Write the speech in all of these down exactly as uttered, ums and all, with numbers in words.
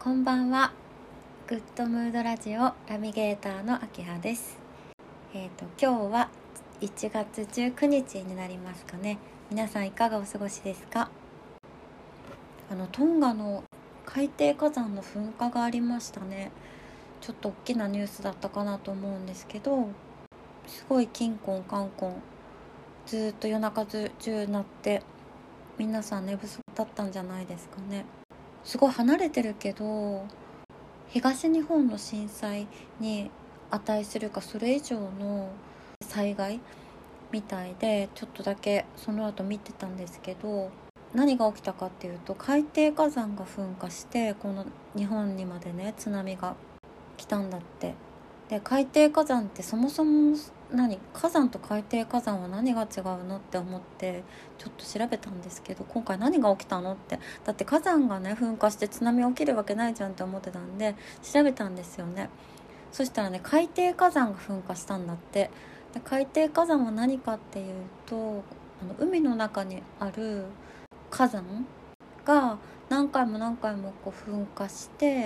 こんばんは。グッドムードラジオナビゲーターのあきはです。えーと今日はいちがつじゅうくにちになりますかね。皆さんいかがお過ごしですか？あのトンガの海底火山の噴火がありましたね。ちょっと大きなニュースだったかなと思うんですけど、すごいキンコンカンコンずーっと夜中中なって、皆さん寝不足だったんじゃないですかね。すごい離れてるけど東日本の震災に値するかそれ以上の災害みたいで、ちょっとだけその後見てたんですけど、何が起きたかっていうと、海底火山が噴火してこの日本にまでね津波が来たんだって。で海底火山ってそもそも何火山と海底火山は何が違うのって思ってちょっと調べたんですけど、今回何が起きたのって、だって火山がね噴火して津波起きるわけないじゃんって思ってたんで調べたんですよね。そしたらね、海底火山が噴火したんだって。で海底火山は何かっていうと、あの海の中にある火山が何回も何回もこう噴火して、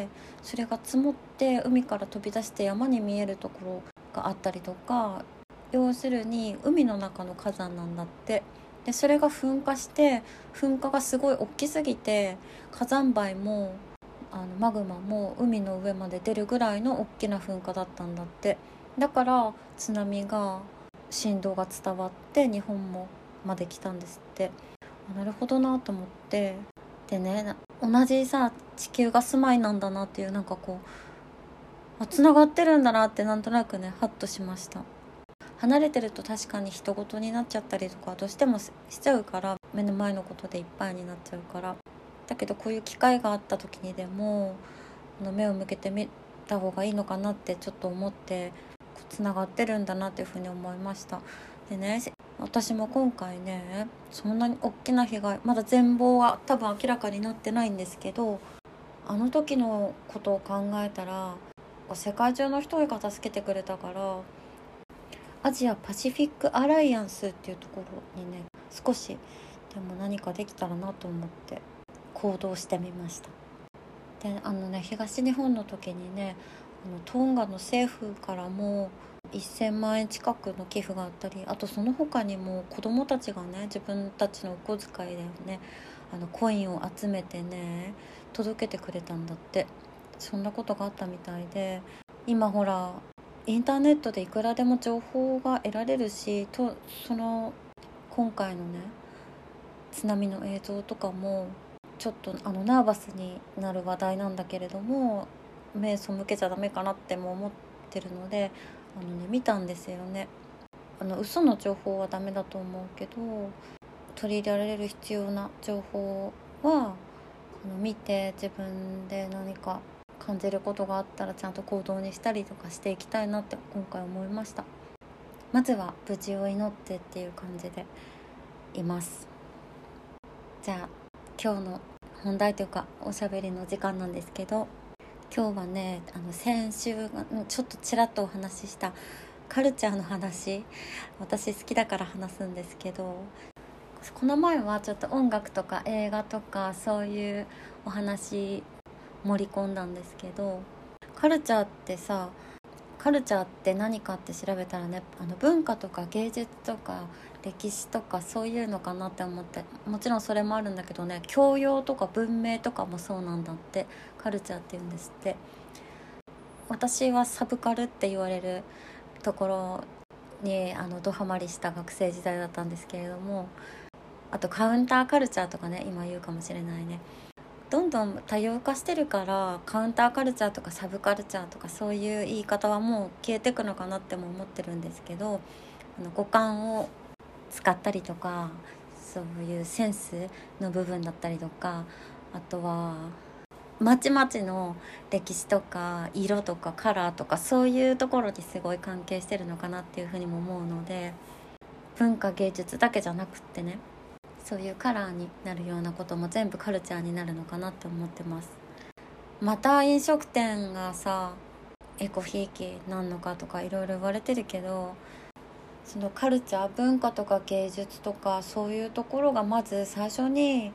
それが積もって海から飛び出して山に見えるところがあったりとか、要するに海の中の火山なんだって。でそれが噴火して、噴火がすごい大きすぎて火山灰もあのマグマも海の上まで出るぐらいの大きな噴火だったんだって。だから津波が振動が伝わって日本もまで来たんですって。なるほどなと思って。でね、同じさ地球が住まいなんだなっていう、なんかこうつながってるんだなってなんとなくねハッとしました。離れてると確かに人事になっちゃったりとかどうしてもしちゃうから、目の前のことでいっぱいになっちゃうから。だけどこういう機会があった時にでも目を向けてみた方がいいのかなってちょっと思って、つながってるんだなっていうふうに思いました。でね、私も今回ねそんなに大きな被害、まだ全貌は多分明らかになってないんですけど、あの時のことを考えたら世界中の人が助けてくれたから、アジアパシフィックアライアンスっていうところにね少しでも何かできたらなと思って行動してみました。であのね東日本の時にね、あのトンガの政府からもせんまんえん近くの寄付があったり、あとその他にも子どもたちがね自分たちのお小遣いでねあのコインを集めてね届けてくれたんだって。そんなことがあったみたいで、今ほらインターネットでいくらでも情報が得られるし、とその今回のね津波の映像とかもちょっとあのナーバスになる話題なんだけれども、目背けちゃダメかなっても思ってるので、あのね見たんですよね。あの嘘の情報はダメだと思うけど、取り入れられる必要な情報はあの見て、自分で何か感じることがあったらちゃんと行動にしたりとかしていきたいなって今回思いました。まずは無事を祈ってっていう感じでいます。じゃあ今日の本題というかおしゃべりの時間なんですけど、今日はねあの先週ちょっとちらっとお話ししたカルチャーの話、私好きだから話すんですけど、この前はちょっと音楽とか映画とかそういうお話盛り込んだんですけど、カルチャーってさカルチャーって何かって調べたらね、あの文化とか芸術とか歴史とかそういうのかなって思って、もちろんそれもあるんだけどね、教養とか文明とかもそうなんだって。カルチャーって言うんですって。私はサブカルって言われるところにあのドハマりした学生時代だったんですけれども、あとカウンターカルチャーとかね今言うかもしれないね。どんどん多様化してるから、カウンターカルチャーとかサブカルチャーとかそういう言い方はもう消えてくのかなっても思ってるんですけど、あの五感を使ったりとか、そういうセンスの部分だったりとか、あとはまちまちの歴史とか色とかカラーとかそういうところにすごい関係してるのかなっていうふうにも思うので、文化芸術だけじゃなくってね、そういうカラーになるようなことも全部カルチャーになるのかなって思ってます。また飲食店がさエコひいきなんのかとかいろいろ言われてるけど、そのカルチャー文化とか芸術とかそういうところがまず最初に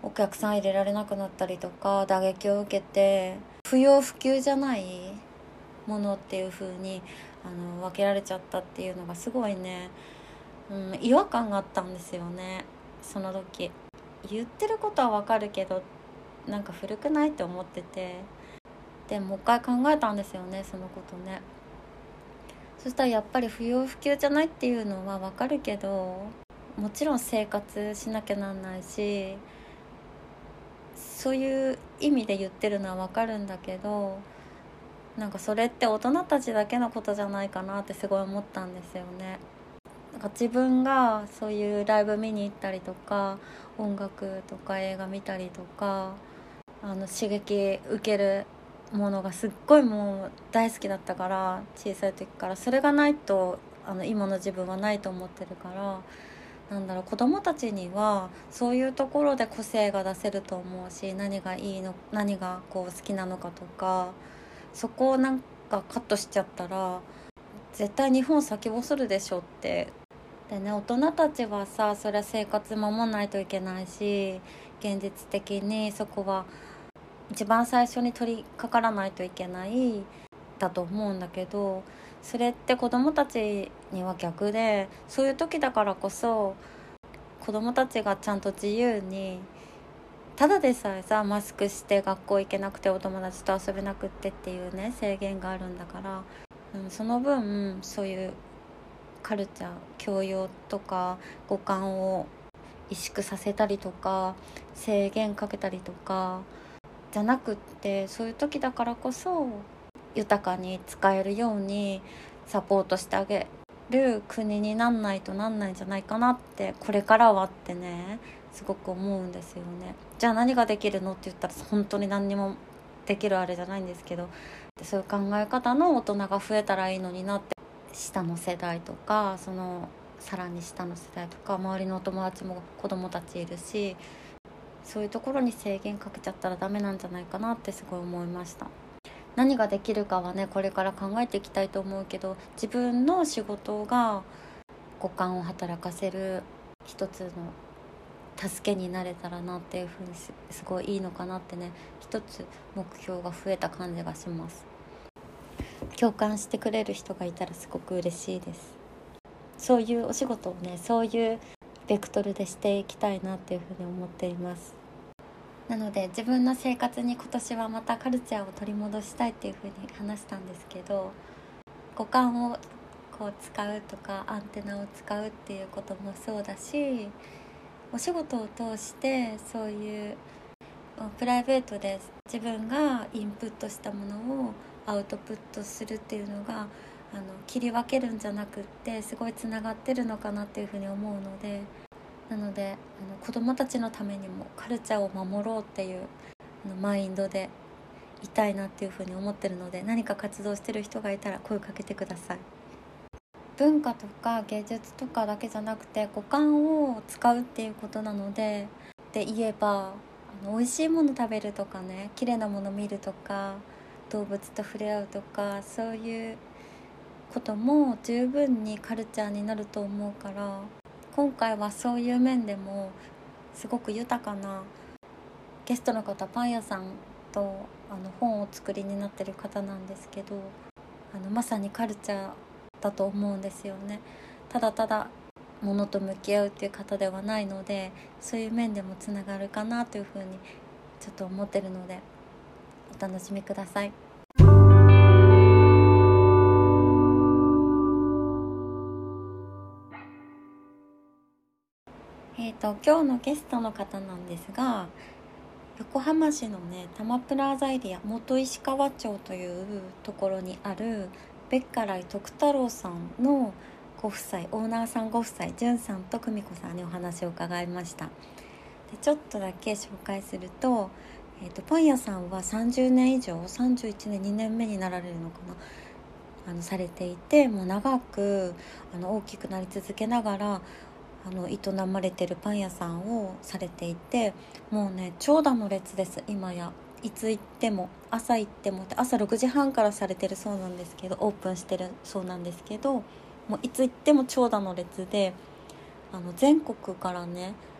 お客さん入れられなくなったりとか打撃を受けて、不要不急じゃないものっていう風にあの分けられちゃったっていうのがすごいね、うん、違和感があったんですよね。その時言ってることはわかるけど、なんか古くないって思ってて、でもう一回考えたんですよね、そのことね。そしたらやっぱり不要不急じゃないっていうのはわかるけど、もちろん生活しなきゃなんないし、そういう意味で言ってるのはわかるんだけど、なんかそれって大人たちだけのことじゃないかなってすごい思ったんですよね。なんか自分がそういうライブ見に行ったりとか、音楽とか映画見たりとか、あの刺激受けるものがすっごいもう大好きだったから、小さい時からそれがないとあの今の自分はないと思ってるから、なんだろう、子供たちにはそういうところで個性が出せると思うし、何がいいの、何がこう好きなのかとか、そこをなんかカットしちゃったら絶対日本先細るでしょって。でね、大人たちはさ、そりゃ生活守んないといけないし、現実的にそこは一番最初に取り掛からないといけないだと思うんだけど、それって子供たちには逆で、そういう時だからこそ子供たちがちゃんと自由に、ただでさえさマスクして学校行けなくてお友達と遊べなくってっていうね制限があるんだから、うん、その分そういうカルチャー教養とか五感を萎縮させたりとか制限かけたりとかじゃなくって、そういう時だからこそ豊かに使えるようにサポートしてあげる国になんないとなんないんじゃないかなって、これからはってねすごく思うんですよね。じゃあ何ができるのって言ったら本当に何にもできるあれじゃないんですけど、そういう考え方の大人が増えたらいいのになって、下の世代とかそのさらに下の世代とか周りのお友達も子供たちいるし、そういうところに制限かけちゃったらダメなんじゃないかなってすごい思いました。何ができるかはねこれから考えていきたいと思うけど、自分の仕事が五感を働かせる一つの助けになれたらなっていうふうに す, すごいいいのかなってね、一つ目標が増えた感じがします。共感してくれる人がいたらすごく嬉しいです。そういうお仕事をね、そういうベクトルでしていきたいなっていうふうに思っています。なので自分の生活に今年はまたカルチャーを取り戻したいっていうふうに話したんですけど、五感をこう使うとかアンテナを使うっていうこともそうだし、お仕事を通してそういうプライベートで自分がインプットしたものをアウトプットするっていうのが、あの切り分けるんじゃなくってすごいつながってるのかなっていうふうに思うので、なのであの子どもたちのためにもカルチャーを守ろうっていうあのマインドでいたいなっていうふうに思ってるので、何か活動してる人がいたら声かけてください。文化とか芸術とかだけじゃなくて五感を使うっていうことなので、で言えばあの美味しいもの食べるとかね、綺麗なもの見るとか動物と触れ合うとか、そういうことも十分にカルチャーになると思うから、今回はそういう面でもすごく豊かなゲストの方、パン屋さんとあの本を作りになってる方なんですけど、あのまさにカルチャーだと思うんですよね。ただただ物と向き合うっていう方ではないので、そういう面でもつながるかなというふうにちょっと思ってるのでお楽しみください。えーと今日のゲストの方なんですが、横浜市のね多摩プラザエリア元石川町というところにあるベッカライ徳太郎さんのご夫妻、オーナーさんご夫妻、純さんと久美子さんにお話を伺いました。でちょっとだけ紹介すると、えーとパン屋さんはさんじゅうねん以上、さんじゅういちねんにねんめになられるのかな、あのされていて、もう長くあの大きくなり続けながらあの営まれてるパン屋さんをされていて、もうね長蛇の列です。今やいつ行っても、朝行っても、朝ろくじはんからされてるそうなんですけど、オープンしてるそうなんですけど、もういつ行っても長蛇の列で、あの全国からねお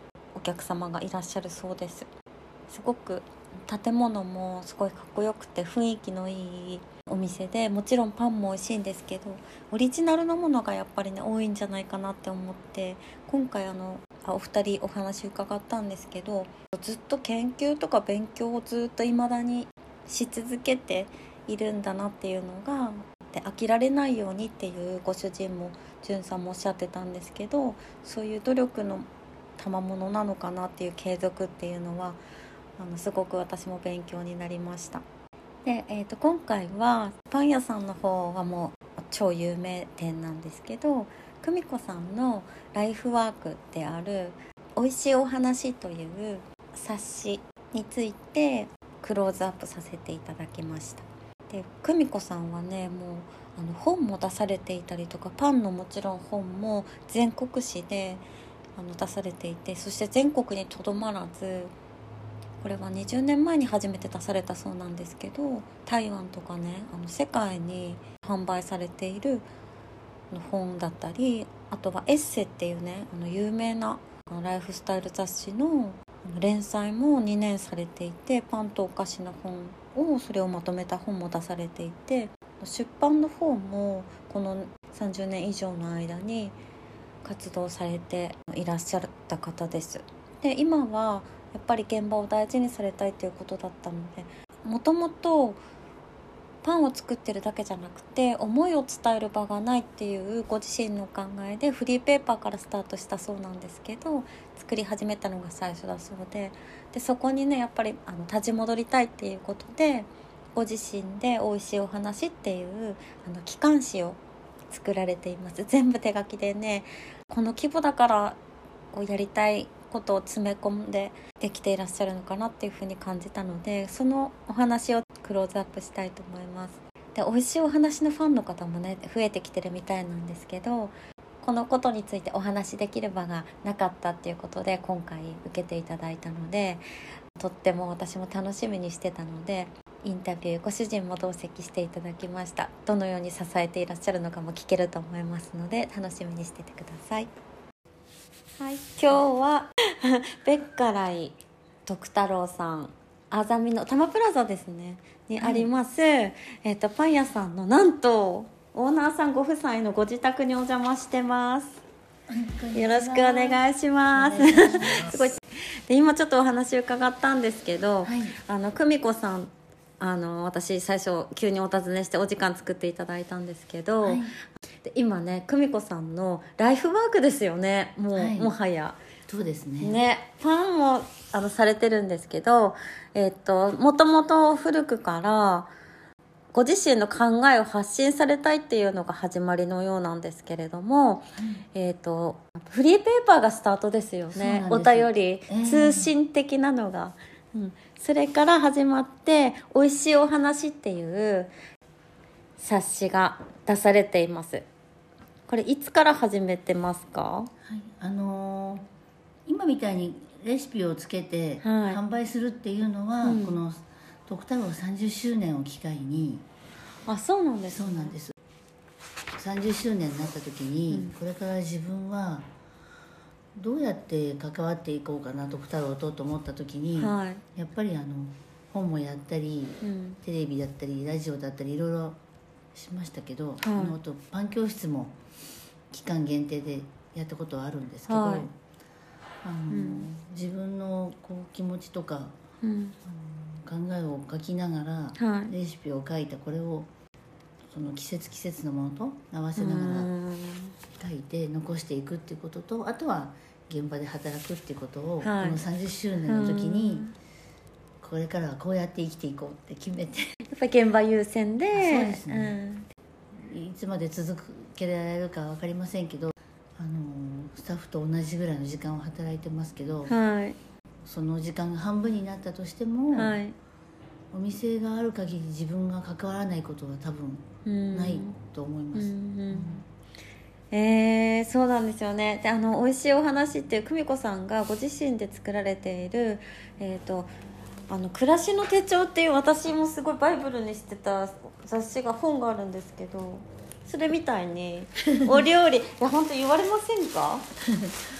客様がいらっしゃるそうです。すごく建物もすごいかっこよくて雰囲気のいいお店で、もちろんパンも美味しいんですけど、オリジナルのものがやっぱりね多いんじゃないかなって思って、今回あのお二人お話伺ったんですけど、ずっと研究とか勉強をずっと未だにし続けているんだなっていうのが、で飽きられないようにっていうご主人もじゅんさんもおっしゃってたんですけど、そういう努力の賜物なのかなっていう継続っていうのはあのすごく私も勉強になりました。で、えー、と今回はパン屋さんの方はもう超有名店なんですけど、久美子さんのライフワークであるおいしいお話という冊子についてクローズアップさせていただきました。で、久美子さんはね、もうあの本も出されていたりとか、パンのもちろん本も全国紙であの出されていて、そして全国にとどまらず、これはにじゅうねんまえに初めて出されたそうなんですけど、台湾とかね、あの世界に販売されている本だったり、あとはエッセっていうね、あの有名なライフスタイル雑誌の連載もにねんされていて、パンとお菓子の本をそれをまとめた本も出されていて、出版の方もこのさんじゅうねん以上の間に活動されていらっしゃった方です。で、今はやっぱり現場を大事にされたいということだったので、もともとパンを作ってるだけじゃなくて思いを伝える場がないっていうご自身の考えでフリーペーパーからスタートしたそうなんですけど、作り始めたのが最初だそうで、でそこにねやっぱりあの立ち戻りたいっていうことで、ご自身でおいしいお話っていうあの機関誌を作られています。全部手書きでね、この規模だからこうやりたいことを詰め込んでできていらっしゃるのかなっていうふうに感じたので、そのお話をクローズアップしたいと思います。で、美味しいお話のファンの方もね増えてきてるみたいなんですけど、このことについてお話しできる場がなかったっていうことで今回受けていただいたので、とっても私も楽しみにしてたので、インタビューご主人も同席していただきました。どのように支えていらっしゃるのかも聞けると思いますので楽しみにしててください。はい、今日はベッカライ徳太郎さん、あざみの多摩プラザですねにあります、はい、えーと、パン屋さんのなんとオーナーさんご夫妻のご自宅にお邪魔してます。よろしくお願いしますすごいで、今ちょっとお話伺ったんですけど、はい、あの久美子さん、あの私最初急にお尋ねしてお時間作っていただいたんですけど、はい、で今ね久美子さんのライフワークですよね、もう、はい、もはやそうですね。 ね、パンもあのされてるんですけど、えー、っともともと古くからご自身の考えを発信されたいっていうのが始まりのようなんですけれども、うん、えー、とフリーペーパーがスタートですよね。お便り、えー、通信的なのが、うん、それから始まっておいしいお話っていう冊子が出されています。これいつから始めてますか？ はい、あのー、今みたいにレシピをつけて販売するっていうのは、はい、うん、この徳太郎さんじゅっしゅうねんを機会に。 あ、そうなんです、 ね、そうなんです。さんじゅっしゅうねんになった時に、うん、これから自分はどうやって関わっていこうかな徳太郎とと思った時に、はい、やっぱりあの本もやったり、うん、テレビだったりラジオだったりいろいろしましたけど、はい、あのとパン教室も期間限定でやったことはあるんですけど、はい、あの、うん、自分のこう気持ちとか、うん、あの考えを書きながら、はい、レシピを書いたこれをその季節季節のものと合わせながら書いて残していくっていうことと、あとは現場で働くっていうことを、はい、このさんじゅっしゅうねんの時にこれからはこうやって生きていこうって決めてやっぱり現場優先で、そうですね、うん、いつまで続けられるか分かりませんけど、あのスタッフと同じぐらいの時間を働いてますけど、はい、その時間が半分になったとしても、はい、お店がある限り自分が関わらないことは多分ないと思います。うんうんうんうん、えー、そうなんですよね。で、あのおいしいお話っていう久美子さんがご自身で作られている、えーとあの暮らしの手帳っていう私もすごいバイブルにしてた雑誌が本があるんですけど、それみたいにお料理いや本当言われませんか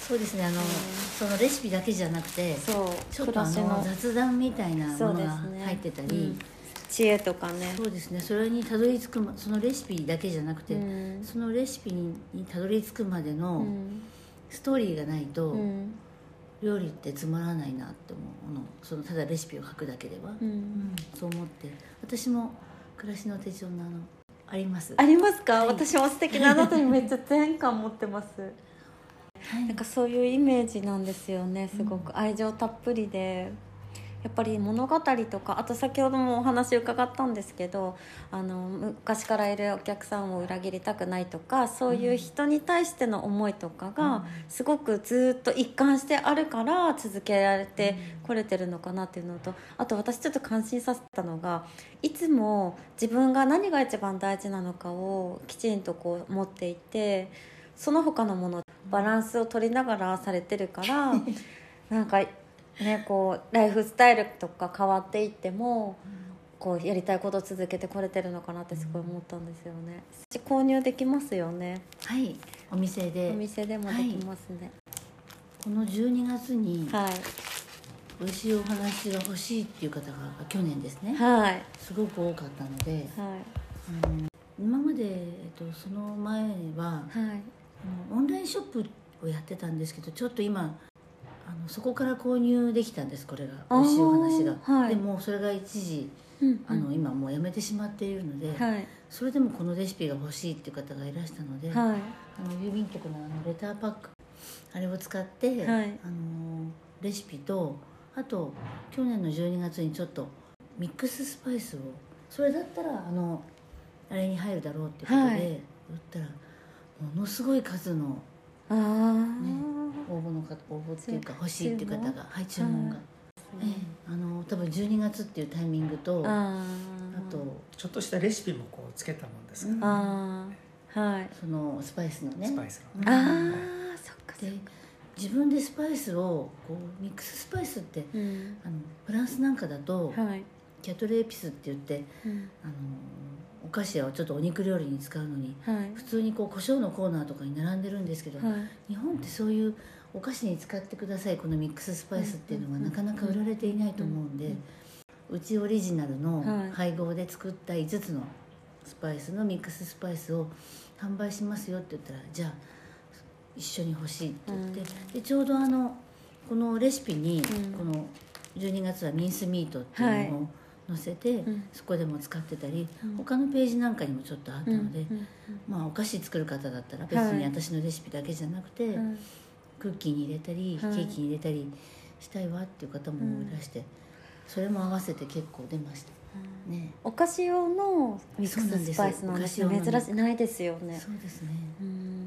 そうですね、あの、うん、そのレシピだけじゃなくて、そうちょっとあの雑談みたいなものが入ってたり、ねうん、 知恵とかね。 そうですね、それにたどり着く、そのレシピだけじゃなくて、うん、そのレシピにたどり着くまでのストーリーがないと、うん、料理ってつまらないなって思うの。そのただレシピを書くだけでは、うんうん、そう思って、私も暮らしの手帳のあのあります。 ありますか、はい、私も素敵なあなたにめっちゃ全巻持ってますはい、なんかそういうイメージなんですよね。すごく愛情たっぷりで、やっぱり物語とか、あと先ほどもお話伺ったんですけど、あの昔からいるお客さんを裏切りたくないとか、そういう人に対しての思いとかがすごくずっと一貫してあるから続けられてこれてるのかなっていうのと、あと私ちょっと感心させたのが、いつも自分が何が一番大事なのかをきちんとこう持っていて、その他のものバランスを取りながらされてるからなんかね、こうライフスタイルとか変わっていっても、うん、こうやりたいことを続けてこれてるのかなってすごい思ったんですよね。購入できますよね。 はい、お店でお店でもできますね、はい、 このじゅうにがつに、はい、美味しいお話が欲しいっていう方が去年ですね、はい、すごく多かったので、はい、あの今まで、えっと、その前は、はい、オンラインショップをやってたんですけど、ちょっと今あのそこから購入できたんです。これが美味しいお話が、はい、でもそれが一時、うんうん、あの今もうやめてしまっているので、はい、それでもこのレシピが欲しいっていう方がいらしたので、はい、あの郵便局のあのレターパックあれを使って、はい、あのレシピと、あと去年のじゅうにがつにちょっとミックススパイスを、それだったらあのあれに入るだろうっていうことで、はい、売ったらものすごい数のあ、ね、応募の方、応募っていうか欲しいっていう方が、はい、注文が、ええ、あの多分じゅうにがつっていうタイミングと、 あ, あとちょっとしたレシピもこうつけたもんですから、ね、 あ、はい、そのスパイスのね、 スパイスのね、あ、はい、そっかそっか。自分でスパイスをこうミックススパイスって、うん、あのフランスなんかだと、はい、キャトレーピスって言って、うん、あのお菓子やちょっとお肉料理に使うのに、はい、普通にこう胡椒のコーナーとかに並んでるんですけど、はい、日本ってそういうお菓子に使ってくださいこのミックススパイスっていうのがなかなか売られていないと思うんで、うちオリジナルの配合で作ったいつつのスパイスのミックススパイスを販売しますよって言ったら、じゃあ一緒に欲しいって言って、うん、でちょうどあのこのレシピに、うん、このじゅうにがつはミンスミートっていうのを載せて、はい、そこでも使ってたり、うん、他のページなんかにもちょっとあったので、うんうんうん、まあお菓子作る方だったら別に私のレシピだけじゃなくて、はい、クッキーに入れたり、はい、ケーキに入れたりしたいわっていう方もいらして、うん、それも合わせて結構出ました、うんね、 お菓子用のミックススパイスなんですよ。珍しいないですよね。 そうですね、うん、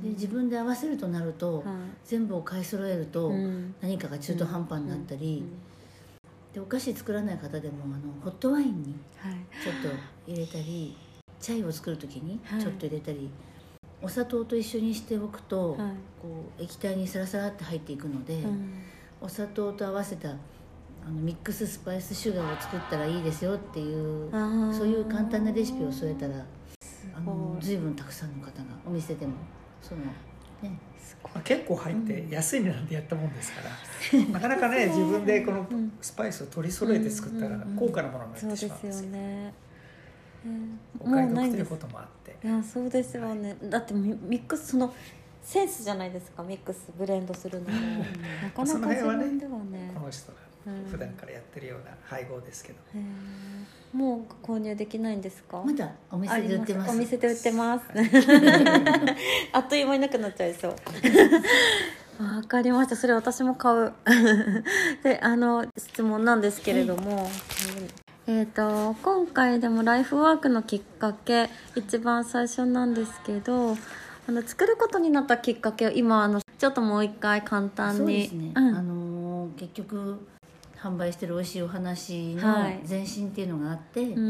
で自分で合わせるとなると、はい、全部を買い揃えると、うん、何かが中途半端になったり、うんうん、でお菓子作らない方でもあのホットワインにちょっと入れたり、はい、チャイを作る時にちょっと入れたり、はい、お砂糖と一緒にしておくと、はい、こう液体にサラサラって入っていくので、うん、お砂糖と合わせたあのミックススパイスシュガーを作ったらいいですよっていう、そういう簡単なレシピを添えたら、あの随分たくさんの方がお店でもそのね、 結構入って安い値段でやったもんですから、うん、なかなかね自分でこのスパイスを取り揃えて作ったら高価なものになってしまうんですよね。お買い得ということもあって、 いやそうですよね、はい、だってミックスそのセンスじゃないですか、ミックスブレンドするのもなかなか自分ではね、 この人が普段からやってるような配合ですけど、 うん、もう購入できないんですか？ まだお店で売ってます。 お店で売ってますあっという間になくなっちゃいそうわかりました、それ私も買うで、あの質問なんですけれども、はい、えーと今回でもライフワークのきっかけ一番最初なんですけど、あの作ることになったきっかけを今あのちょっともう一回簡単に。そうですね、うん、あの結局販売してる美味しいお話の前身っていうのがあって、はい、うん、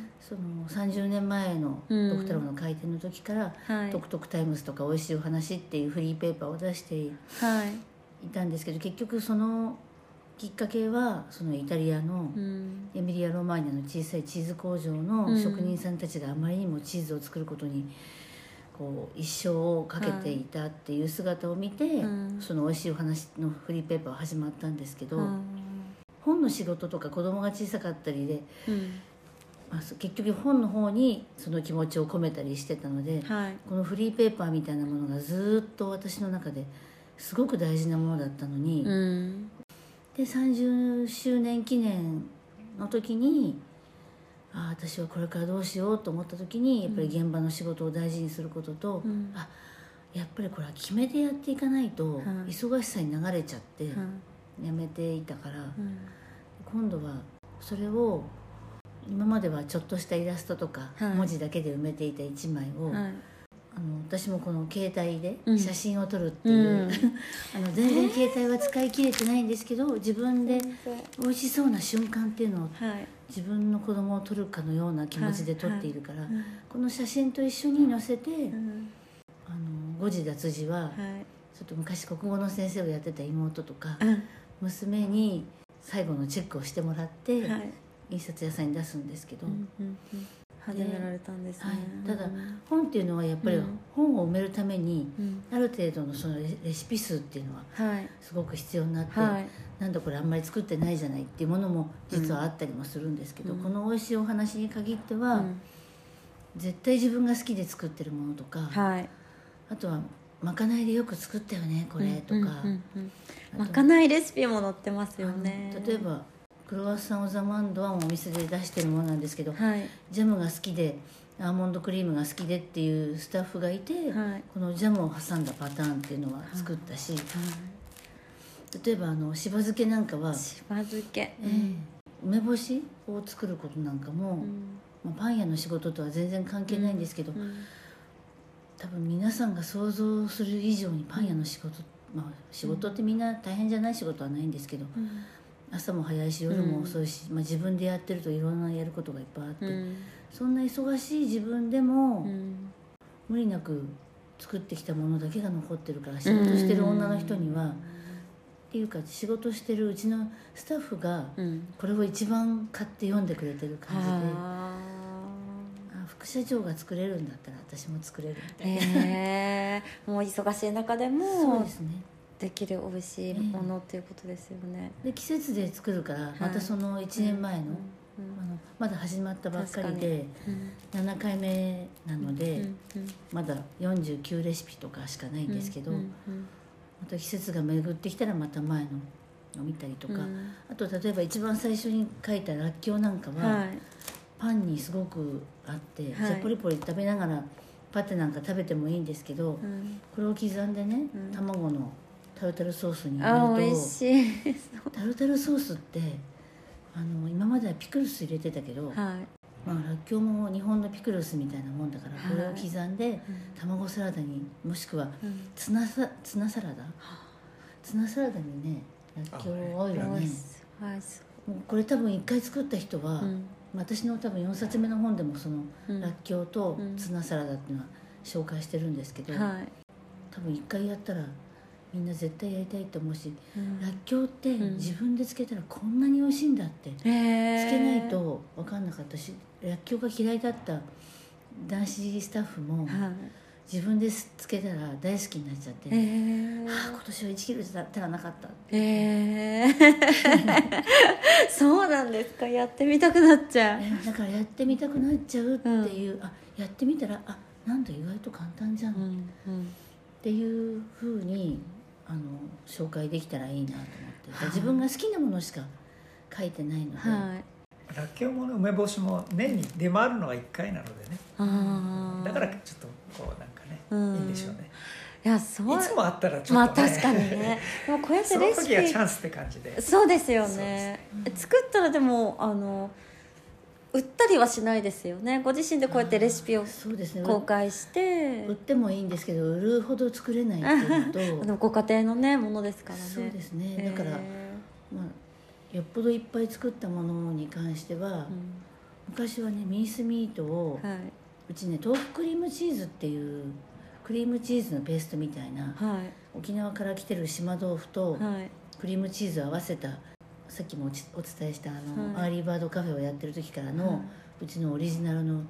そのさんじゅうねんまえのドクタロの開店の時から、うん、トクトクタイムスとか美味しいお話っていうフリーペーパーを出していたんですけど、結局そのきっかけはそのイタリアのエミリア・ロマーニャの小さいチーズ工場の職人さんたちがあまりにもチーズを作ることにこう一生をかけていたっていう姿を見て、うん、その美味しいお話のフリーペーパーは始まったんですけど、うん、本の仕事とか子供が小さかったりで、うんまあ、結局本の方にその気持ちを込めたりしてたので、はい、このフリーペーパーみたいなものがずっと私の中ですごく大事なものだったのに、うん、でさんじゅっしゅうねん記念の時にあ私はこれからどうしようと思った時にやっぱり現場の仕事を大事にすることと、うん、あやっぱりこれは決めてやっていかないと忙しさに流れちゃってやめていたから、うん、今度はそれを今まではちょっとしたイラストとか文字だけで埋めていたいちまいを、はい、あの私もこの携帯で写真を撮るっていう、うん、あの全然携帯は使い切れてないんですけど自分で美味しそうな瞬間っていうのを、はい、自分の子供を撮るかのような気持ちで撮っているから、はいはい、この写真と一緒に載せて、うん、あの誤字脱字は、はい、ちょっと昔国語の先生をやってた妹とか、うん、娘に最後のチェックをしてもらって、はい印刷屋さんに出すんですけど、うんうんうん、 始められたんですね、はい、 ただ本っていうのはやっぱり本を埋めるために、うん、ある程度のそのレシピ数っていうのはすごく必要になって、はい、なんだこれあんまり作ってないじゃないっていうものも実はあったりもするんですけど、うん、この美味しいお話に限っては、うん、絶対自分が好きで作ってるものとか、はい、あとはまかないでよく作ったよねこれとか、うんうんうんうん、まかないレシピも載ってますよね。 例えばクロワッサンオザマンドはお店で出してるものなんですけど、はい、ジャムが好きでアーモンドクリームが好きでっていうスタッフがいて、はい、このジャムを挟んだパターンっていうのは作ったし、はいはい、例えばあのしば漬けなんかはしば漬け、 えー、梅干しを作ることなんかも、うんまあ、パン屋の仕事とは全然関係ないんですけど、うんうん、多分皆さんが想像する以上にパン屋の仕事、まあ、仕事ってみんな大変じゃない仕事はないんですけど、うん朝も早いし夜も遅いし、うんまあ、自分でやってるといろんなやることがいっぱいあって、うん、そんな忙しい自分でも、うん、無理なく作ってきたものだけが残ってるから仕事してる女の人には、うん、っていうか仕事してるうちのスタッフがこれを一番買って読んでくれてる感じで、うん、あ副社長が作れるんだったら私も作れるみたいな、 えー、もう忙しい中でもそうですねできる美味しいものっていうことですよね、 で季節で作るからまたそのいちねんまえの、はいうんうん、あのまだ始まったばっかりで、うん、ななかいめなので、うんうん、まだよんじゅうきゅうレシピとかしかないんですけど、うんうんうん、また季節が巡ってきたらまた前のを見たりとか、うん、あと例えば一番最初に書いたらっきょうなんかは、はい、パンにすごくあって、はい、じゃあポリポリ食べながらパテなんか食べてもいいんですけど、うん、これを刻んでね、うん、卵のタルタルソースに入れると、 あ美味しいタルタルソースってあの今まではピクルス入れてたけど、はいまあ、らっきょうも日本のピクルスみたいなもんだから、はい、これを刻んで、うん、卵サラダにもしくはツナサ、ツナサラダ、うん、ツナサラダにねらっきょうオイルね、もうこれ多分いっかい作った人は、うん、私の多分よんさつめの本でもその、うん、らっきょうとツナサラダっていうのは紹介してるんですけど、はい、多分いっかいやったらみんな絶対やりたいと思うし、うん、らっきょうって自分でつけたらこんなに美味しいんだって、うん、つけないと分かんなかったし、らっきょうが嫌いだった男子スタッフも、はい、自分でつけたら大好きになっちゃって、はあ、今年はいちキロじゃ足らなかったって、 えー、そうなんですか。やってみたくなっちゃう。 だからやってみたくなっちゃうっていう、うん、あやってみたらあなんだ意外と簡単じゃん、うんうん、っていうふうにあの紹介できたらいいなと思って、はい、自分が好きなものしか書いてないので、はい、 らっきょうも梅干しも年に出回るのはいっかいなのでね、あだからちょっとこうなんかね、うん、いいんでしょうね。 いやそういつもあったらちょっとね、 まあ確かにねでもこうやってレシピその時はチャンスって感じで、 そうですよね、うん、作ったらでもあの売ったりはしないですよね。ご自身でこうやってレシピを公開して、ね、 売ってもいいんですけど売るほど作れないっていうのとでもご家庭のねものですからね。 そうですね、だから、まあ、よっぽどいっぱい作ったものに関しては、うん、昔はねミースミートを、はい、うちね豆腐クリームチーズっていうクリームチーズのペーストみたいな、はい、沖縄から来てる島豆腐とクリームチーズを合わせた、さっきもお伝えしたあの、はい、アーリーバードカフェをやってる時からの、はい、うちのオリジナルの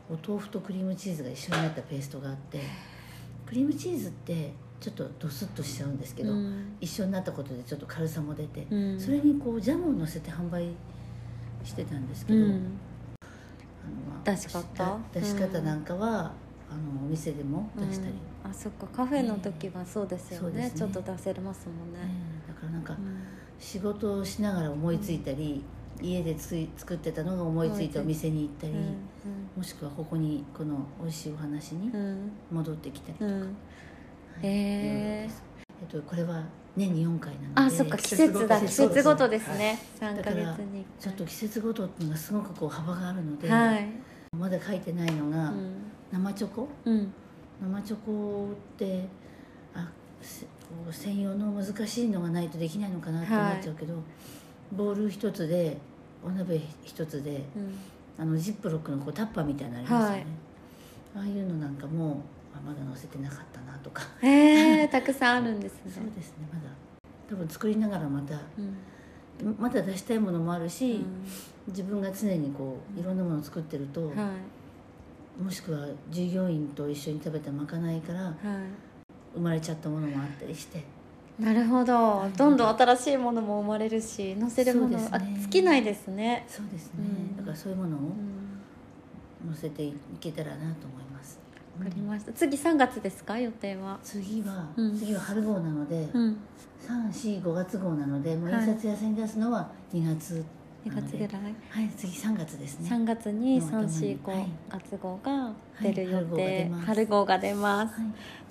お豆腐とクリームチーズが一緒になったペーストがあって、クリームチーズってちょっとドスッとしちゃうんですけど、うん、一緒になったことでちょっと軽さも出て、うん、それにこうジャムをのせて販売してたんですけど、うん、あの出し方出し方なんかは、うん、あのお店でも出したり、 うん、あそっかカフェの時はそうですよ ね,、えー、ねちょっと出せますもんね、 えー、だからなんか、うん、仕事をしながら思いついたり、うん、家でつい作ってたのが思いついてお店に行ったり、うんうん、もしくはここにこの美味しいお話に戻ってきたりとか、うんうん、 えー、 えっと、これは年によんかいなので、 あ、そっか季節だ、季節ごとですね、はい、さんかげつにいっかい。 ちょっと季節ごとっていうのがすごくこう幅があるので、 はい、 まだ書いてないのが、うん、生チョコ、うん、生チョコってあ専用の難しいのがないとできないのかなって思っちゃうけど、はい、ボウル一つでお鍋一つで、うん、あのジップロックのこうタッパーみたいなのありますよね、はい、ああいうのなんかもまだ載せてなかったなとか、 へえたくさんあるんですね。 そうですね、まだ多分作りながらまた、うん、まだ出したいものもあるし、うん、自分が常にこういろんなものを作ってると、うん、はい、もしくは従業員と一緒に食べたまかないから、はい、生まれちゃったものもあったりして、 なるほど、はい、どんどん新しいものも生まれるし載せるもの、ね、あ尽きないですね。 そうですね、うん、だからそういうものを載せていけたらなと思います。 わかりました。次さんがつですか、予定は。 次は、うん、次は春号なので、うん、さん、し、ごがつ号なので、もう印刷屋さんに出すのはにがつにがつぐらい、 はい、次さんがつですね。 さんがつにさん、し、ごがつ号が出る予定、はい、春号が出ます、はい、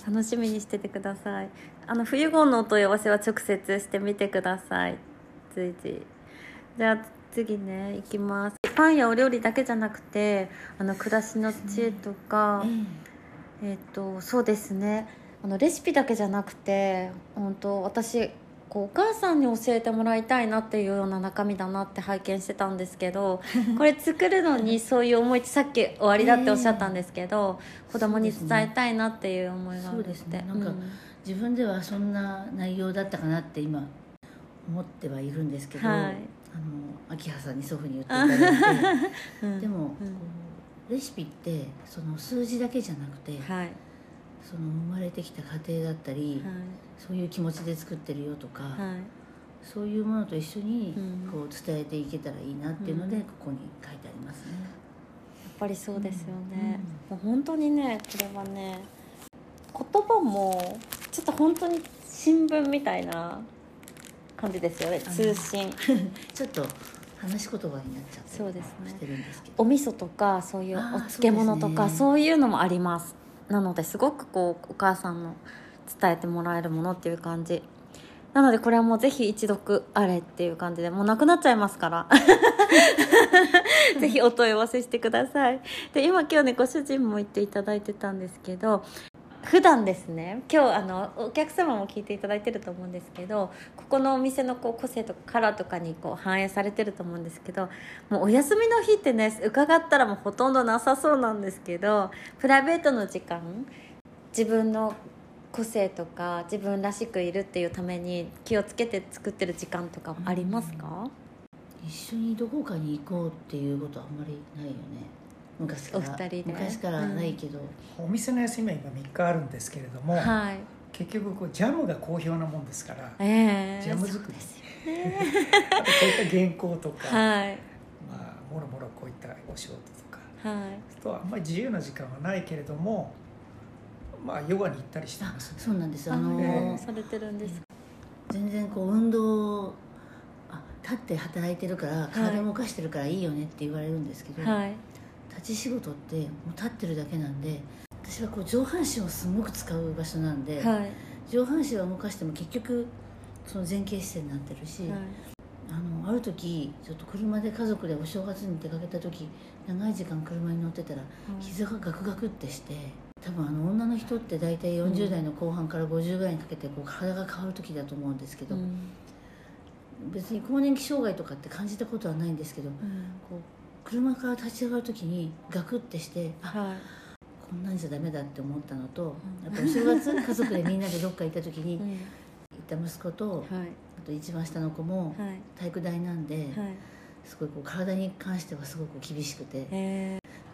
楽しみにしててください。あの冬号のお問い合わせは直接してみてください。随時。じゃあ次ね行きます。パンやお料理だけじゃなくて、あの暮らしの知恵とか、えー、とそうですね、あのレシピだけじゃなくて、本当私こうお母さんに教えてもらいたいなっていうような中身だなって拝見してたんですけどこれ作るのにそういう思いってさっき終わりだっておっしゃったんですけど、えー、子供に伝えたいなっていう思いがあるって。そうですね、 なんか、うん、自分ではそんな内容だったかなって今思ってはいるんですけど、はい、あの秋葉さんにそういうふうに言っていただいて、うん、でも、うん、レシピってその数字だけじゃなくて、はい、その生まれてきた家庭だったり、はい、そういう気持ちで作ってるよとか、はい、そういうものと一緒にこう伝えていけたらいいなっていうので、うん、ここに書いてありますね。やっぱりそうですよね、うん、もう本当にね、これはね言葉もちょっと本当に新聞みたいな感じですよね、通信ちょっと話し言葉になっちゃってそうです、ね、してるんですけど、 お味噌とかそういうお漬物とか そう、ね、そういうのもあります。なのですごくこうお母さんの伝えてもらえるものっていう感じなので、これはもうぜひ一読あれっていう感じで、もうなくなっちゃいますからぜひお問い合わせしてください。で今今日ねご主人も言っていただいてたんですけど、普段ですね、今日あのお客様も聞いていただいてると思うんですけど、ここのお店のこう個性とかカラーとかにこう反映されてると思うんですけど、もうお休みの日ってね伺ったらもうほとんどなさそうなんですけど、プライベートの時間、自分の個性とか自分らしくいるっていうために気をつけて作ってる時間とかありますか？ 一緒にどこかに行こうっていうことはあんまりないよね。昔からお二人で昔からないけど、 うん、お店の休みは今みっかあるんですけれども、はい、結局こうジャムが好評なもんですから、えー、ジャム作りですよ、ね、あとこういった原稿とか、はい、まあ、もろもろこういったお仕事とか、はい、とあんまり自由な時間はないけれども、まあ、ヨガに行ったりしてます、ね、 そうなんです、あのーえー、されてるんです。 全然こう運動あ立って働いてるから体を動かしてるからいいよねって言われるんですけど、はい、立ち仕事ってもう立ってるだけなんで、私はこう上半身をすごく使う場所なんで、はい、上半身は動かしても結局その前傾姿勢になってるし、はい、あのある時ちょっと車で家族でお正月に出かけた時、長い時間車に乗ってたら膝がガクガクってして、多分あの女の人って大体よんじゅうだいの後半からごじゅうぐらいにかけてこう体が変わる時だと思うんですけど、うん、別に更年期障害とかって感じたことはないんですけど、うん、こう車から立ち上がる時にガクってして、あ、はい、こんなんじゃダメだって思ったのと、うん、やっぱお正月家族でみんなでどっか行った時に、うん、行った息子と、はい、あと一番下の子も体育大なんで、はい、すごいこう体に関してはすごく厳しくて、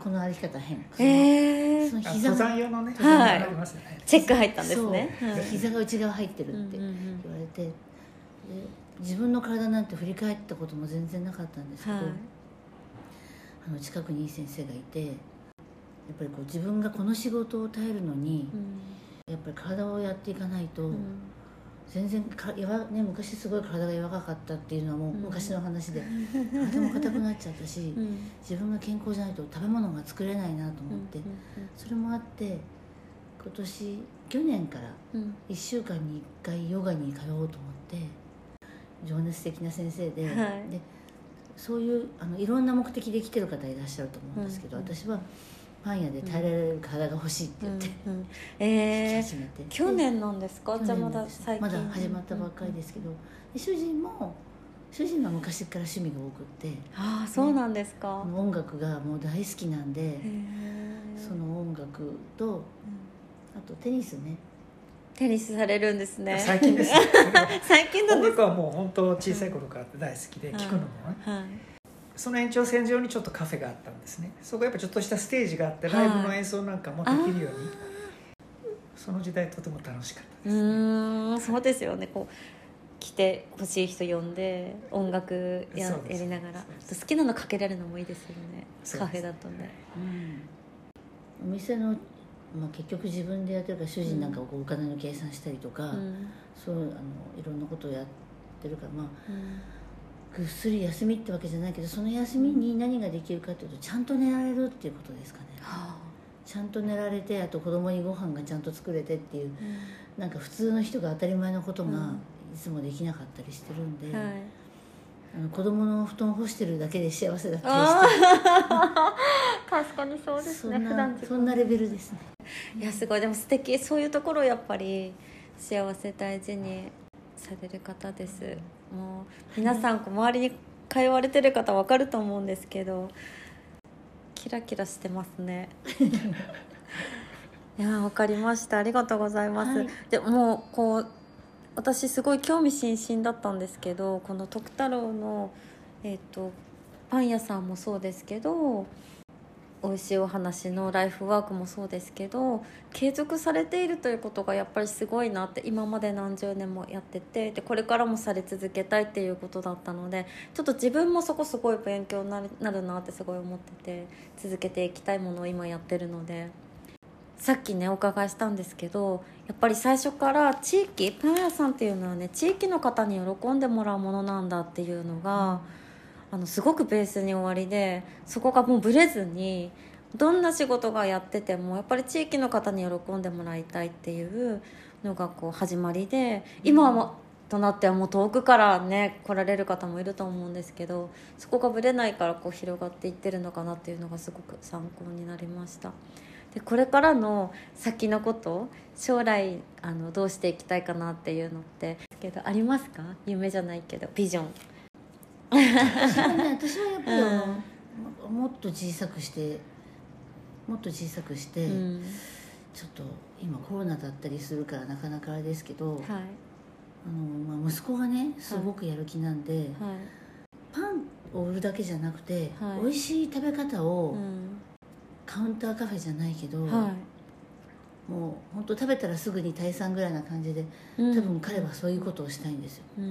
この歩き方変、 えー、 その膝登山用のね、登山用ありますよね、はい、 チェック入ったんですね。 そう、はい、膝が内側入ってるって言われて、で自分の体なんて振り返ったことも全然なかったんですけど、はい、あの近くにいい先生がいて、やっぱりこう自分がこの仕事を耐えるのに、うん、やっぱり体をやっていかないと、うん、全然かやわ、ね、昔すごい体が柔らかかったっていうのはもう昔の話で、うん、体も硬くなっちゃったし、うん、自分が健康じゃないと食べ物が作れないなと思って、うん、それもあって今年去年からいっしゅうかんにいっかいヨガに通おうと思って、情熱的な先生で、はい、でそういうあのいろんな目的で来てる方いらっしゃると思うんですけど、うん、私はパン屋で耐えられる体が欲しいって言って、うんうん、えー、始めて、 去年なんですか？じゃあまだ最近まだ始まったばっかりですけど、うんうん、主人も主人は昔から趣味が多くって、 ああそうなんですか、 ね、音楽がもう大好きなんで、その音楽と、うん、あとテニスね、 テニスされるんですね。 最近ですね最近なんです。 音楽はもう本当小さい頃から大好きで、うん、聴くのもね、はいはい、その延長線上にちょっとカフェがあったんですね。そこやっぱちょっとしたステージがあって、ライブの演奏なんかもできるように、その時代とても楽しかったですね。うーん、そうですよね。こう来てほしい人呼んで音楽 や, やりながら好きなのかけられるのもいいですよね。カフェだとね、 うん、お店の、まあ、結局自分でやってるから主人なんかお金の計算したりとか、うん、そうあのいろんなことをやってるから、まあ、うん、ぐっすり休みってわけじゃないけど、その休みに何ができるかというとちゃんと寝られるっていうことですかね、はあ、ちゃんと寝られて、あと子供にご飯がちゃんと作れてっていう、うん、なんか普通の人が当たり前のことがいつもできなかったりしてるんで、うん、はい、あの子供の布団を干してるだけで幸せだったりして確かにそうですね。 そんな、普段そんなレベルですね。 いやすごい、でも素敵。そういうところをやっぱり幸せ大事にされる方です。もう皆さん周りに通われてる方分かると思うんですけど、キラキラしてますねいや分かりました、ありがとうございます、はい、でもうこう私すごい興味津々だったんですけど、この徳太郎の、えーと、パン屋さんもそうですけど、美味しいお話のライフワークもそうですけど、継続されているということがやっぱりすごいなって、今まで何十年もやってて、でこれからもされ続けたいっていうことだったので、ちょっと自分もそこすごい勉強になる、なるなってすごい思ってて、続けていきたいものを今やってるので、さっきねお伺いしたんですけど、やっぱり最初から地域、パン屋さんっていうのはね、地域の方に喜んでもらうものなんだっていうのが、うん、あのすごくベースに終わりで、そこがもうブレずに、どんな仕事がやっててもやっぱり地域の方に喜んでもらいたいっていうのがこう始まりで、今はもとなってはもう遠くからね来られる方もいると思うんですけど、そこがブレないからこう広がっていってるのかなっていうのがすごく参考になりました。でこれからの先のこと、将来あのどうしていきたいかなっていうのってけどありますか？夢じゃないけどビジョン私はね、私はやっぱり、うん、もっと小さくしてもっと小さくして、うん、ちょっと今コロナだったりするからなかなかあれですけど、はい、あのまあ、息子がねすごくやる気なんで、はい、パンを売るだけじゃなくて、はい、美味しい食べ方を、うん、カウンターカフェじゃないけど、はい、もう本当食べたらすぐに退散ぐらいな感じで、うん、多分彼はそういうことをしたいんですよ、うんうん、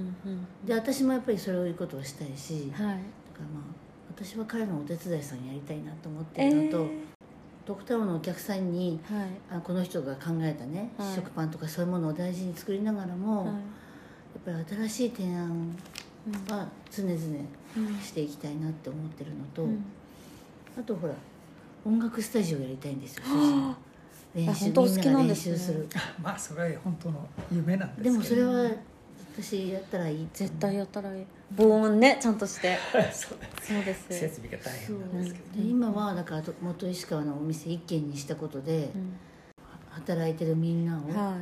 で私もやっぱりそういうことをしたいし、はい、だからまあ私は彼のお手伝いさんやりたいなと思ってるのと、えー徳太郎のお客さんに、はい、あこの人が考えたね、はい、食パンとかそういうものを大事に作りながらも、はい、やっぱり新しい提案は常々していきたいなって思ってるのと、うん、あとほら音楽スタジオやりたいんですよ、練習、みんなが練習するまあそれは本当の夢なんですけど、 でもそれは私やったらいい、 絶対やったらいい、防音ねちゃんとしてそうそうです、 設備が大変なんですけど、 で今はだから元石川のお店一軒にしたことで、うん、働いてるみんなを、はい、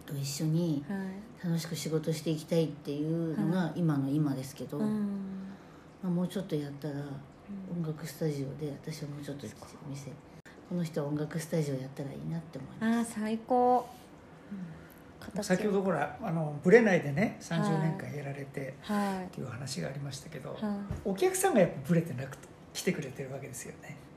と一緒に楽しく仕事していきたいっていうのが今の今ですけど、はい、まあ、もうちょっとやったら音楽スタジオで私はもうちょっとお店、この人は音楽スタジオやったらいいなって思います。 あ最高、うん先ほどほらあのブレないでねさんじゅうねんかんやられて、はい、っていう話がありましたけど、はい、お客さんがやっぱブレてなくて来てくれてるわけですよね。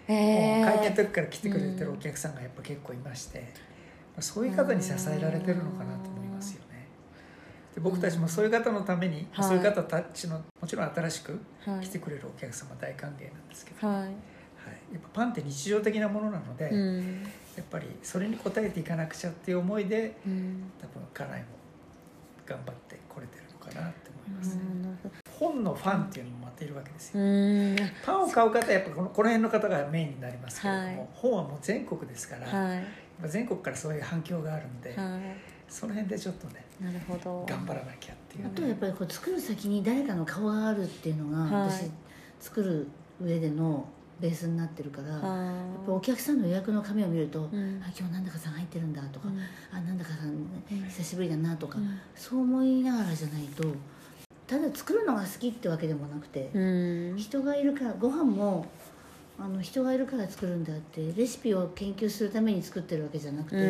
えー、 開店の時から来てくれてるお客さんがやっぱ結構いまして、うん、そういう方に支えられてるのかなと思いますよね。で僕たちもそういう方のために、うん、そういう方たちのもちろん新しく来てくれるお客様大歓迎なんですけど、はいはい、やっぱパンって日常的なものなので、うん、やっぱりそれに応えていかなくちゃっていう思いで、うん、多分家内も頑張ってこれてるのかなって思いますね。本のファンっていうのもまたいるわけですよ。うんパンを買う方はやっぱこの、この辺の方がメインになりますけれども、はい、本はもう全国ですから、はい、全国からそういう反響があるんで、はい、その辺でちょっとねなるほど頑張らなきゃっていう、ね、 あとやっぱりこう作る先に誰かの顔があるっていうのが、はい、私作る上でのベースになってるから、やっぱお客さんの予約の紙を見ると、うん、あ今日なんだかさん入ってるんだとか、うん、あなんだかさん、ね、久しぶりだなとか、うん、そう思いながらじゃないとただ作るのが好きってわけでもなくて、うん、人がいるからご飯もあの人がいるから作るんであってレシピを研究するために作ってるわけじゃなくて、うん、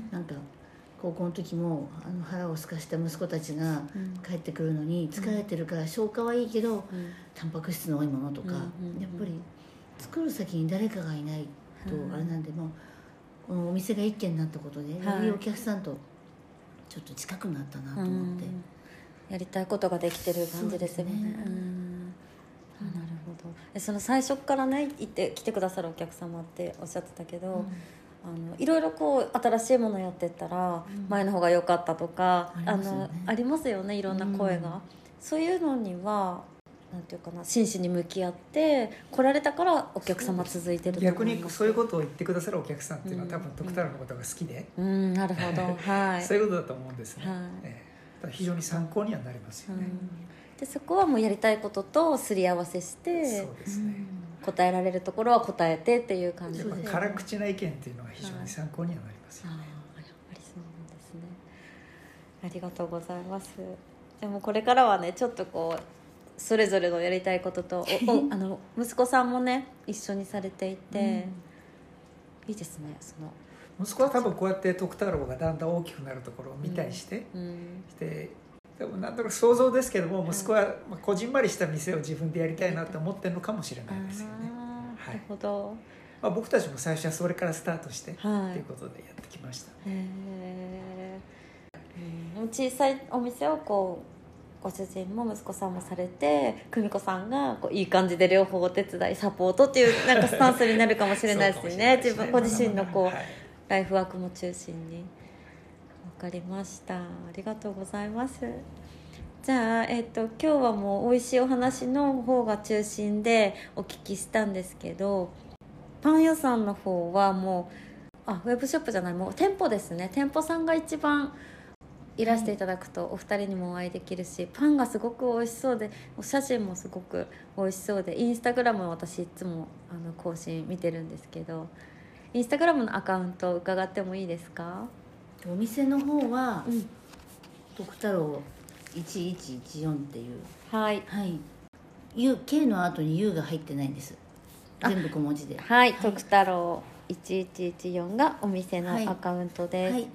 なんか高校の時もあの腹を空かした息子たちが帰ってくるのに疲れてるから消化はいいけど、うん、タンパク質の多いものとか、うんうんうん、やっぱり作る先に誰かがいないとあれなんで、もこのお店が一軒になったことでよりお客さんとちょっと近くなったなと思って、はいやりたいことができてる感じですよね。うんあなるほど。その最初からね行って来てくださるお客様っておっしゃってたけど、うん、あのいろいろこう新しいものやってったら前の方が良かったとか、うん、あのありますよねいろんな声が、うん、そういうのにはなんていうかな真摯に向き合って来られたからお客様続いてると思います。 逆にそういうことを言ってくださるお客さんっていうのは、うん、多分ドクターのことが好きで、 うん、うん、なるほど、はい、 そういうことだと思うんですね、はいえー非常に参考にはなりますよね、うん、 でそこはもうやりたいこととすり合わせしてそうですね、 うん、答えられるところは答えてっていう感じですね。 辛口な意見っていうのは非常に参考にはなりますよね、 はい、あやっぱりそうなんですね。ありがとうございます。でもこれからはねちょっとこうそれぞれのやりたいこととおおあの息子さんもね一緒にされていて、うん、いいですね。その息子は多分こうやって徳太郎がだんだん大きくなるところを見たりして、うんうん、して多分なんとなく想像ですけども息子はこじんまりした店を自分でやりたいなと思ってるのかもしれないですよね。 なるほど、 まあ、僕たちも最初はそれからスタートしてと、はい、いうことでやってきました。へー、うん、小さいお店をこうご主人も息子さんもされて久美子さんがこういい感じで両方お手伝いサポートっていうなんかスタンスになるかもしれないですね自分ご自身のこう、はいライフワークも中心に。分かりました。ありがとうございます。じゃあ、えっと、今日はもう美味しいお話の方が中心でお聞きしたんですけどパン屋さんの方はもうあウェブショップじゃないもう店舗ですね。店舗さんが一番いらしていただくとお二人にもお会いできるしパンがすごく美味しそうでお写真もすごく美味しそうでインスタグラム私いつもあの更新見てるんですけどインスタグラムのアカウントを伺ってもいいですか？ お店の方は、うん、徳太郎いちいちいちよんっていうはい、 はい、U K の後に U が入ってないんです。全部小文字ではい、はい、徳太郎いちいちいちよんがお店のアカウントです、はいはい、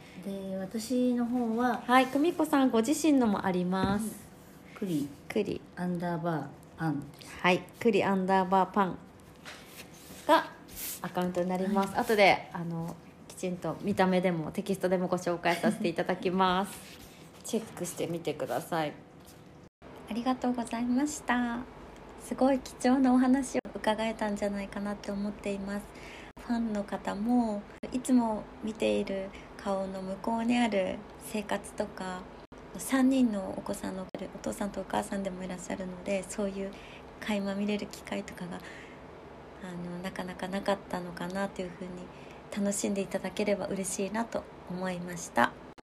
で私の方ははい久美子さんご自身のもあります、うん、 栗栗アンダーバーパンはい栗アンダーバーパンがアカウントになります、はい、後であのきちんと見た目でもテキストでもご紹介させていただきますチェックしてみてください。ありがとうございました。すごい貴重なお話を伺えたんじゃないかなって思っています。ファンの方もいつも見ている顔の向こうにある生活とかさんにんのお子さんのお父さんとお母さんでもいらっしゃるのでそういう垣間見れる機会とかがあのなかなかなかったのかなというふうに楽しんでいただければ嬉しいなと思いました。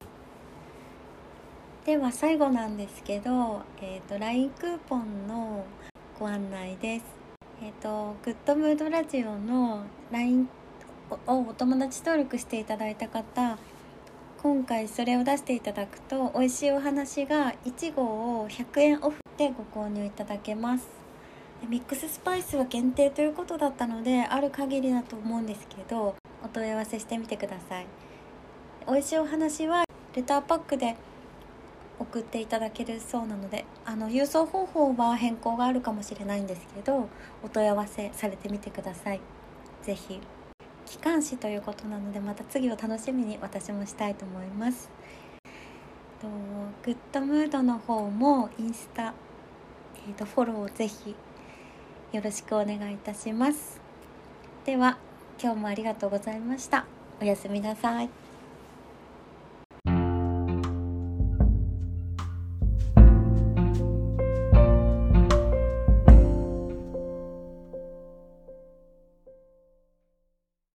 では最後なんですけど、えーと、ライン クーポンのご案内です。えーと、グッドムードラジオの ライン をお友達登録していただいた方今回それを出していただくと美味しいお話がいち号をひゃくえんオフでご購入いただけます。ミックススパイスは限定ということだったのである限りだと思うんですけどお問い合わせしてみてください。美味しいお話はレターパックで送っていただけるそうなのであの郵送方法は変更があるかもしれないんですけどお問い合わせされてみてください。 ぜひ機関誌ということなので、また次を楽しみに私もしたいと思います。とグッドムードの方もインスタ、えー、とフォローをぜひよろしくお願いいたします。では今日もありがとうございました。おやすみなさい。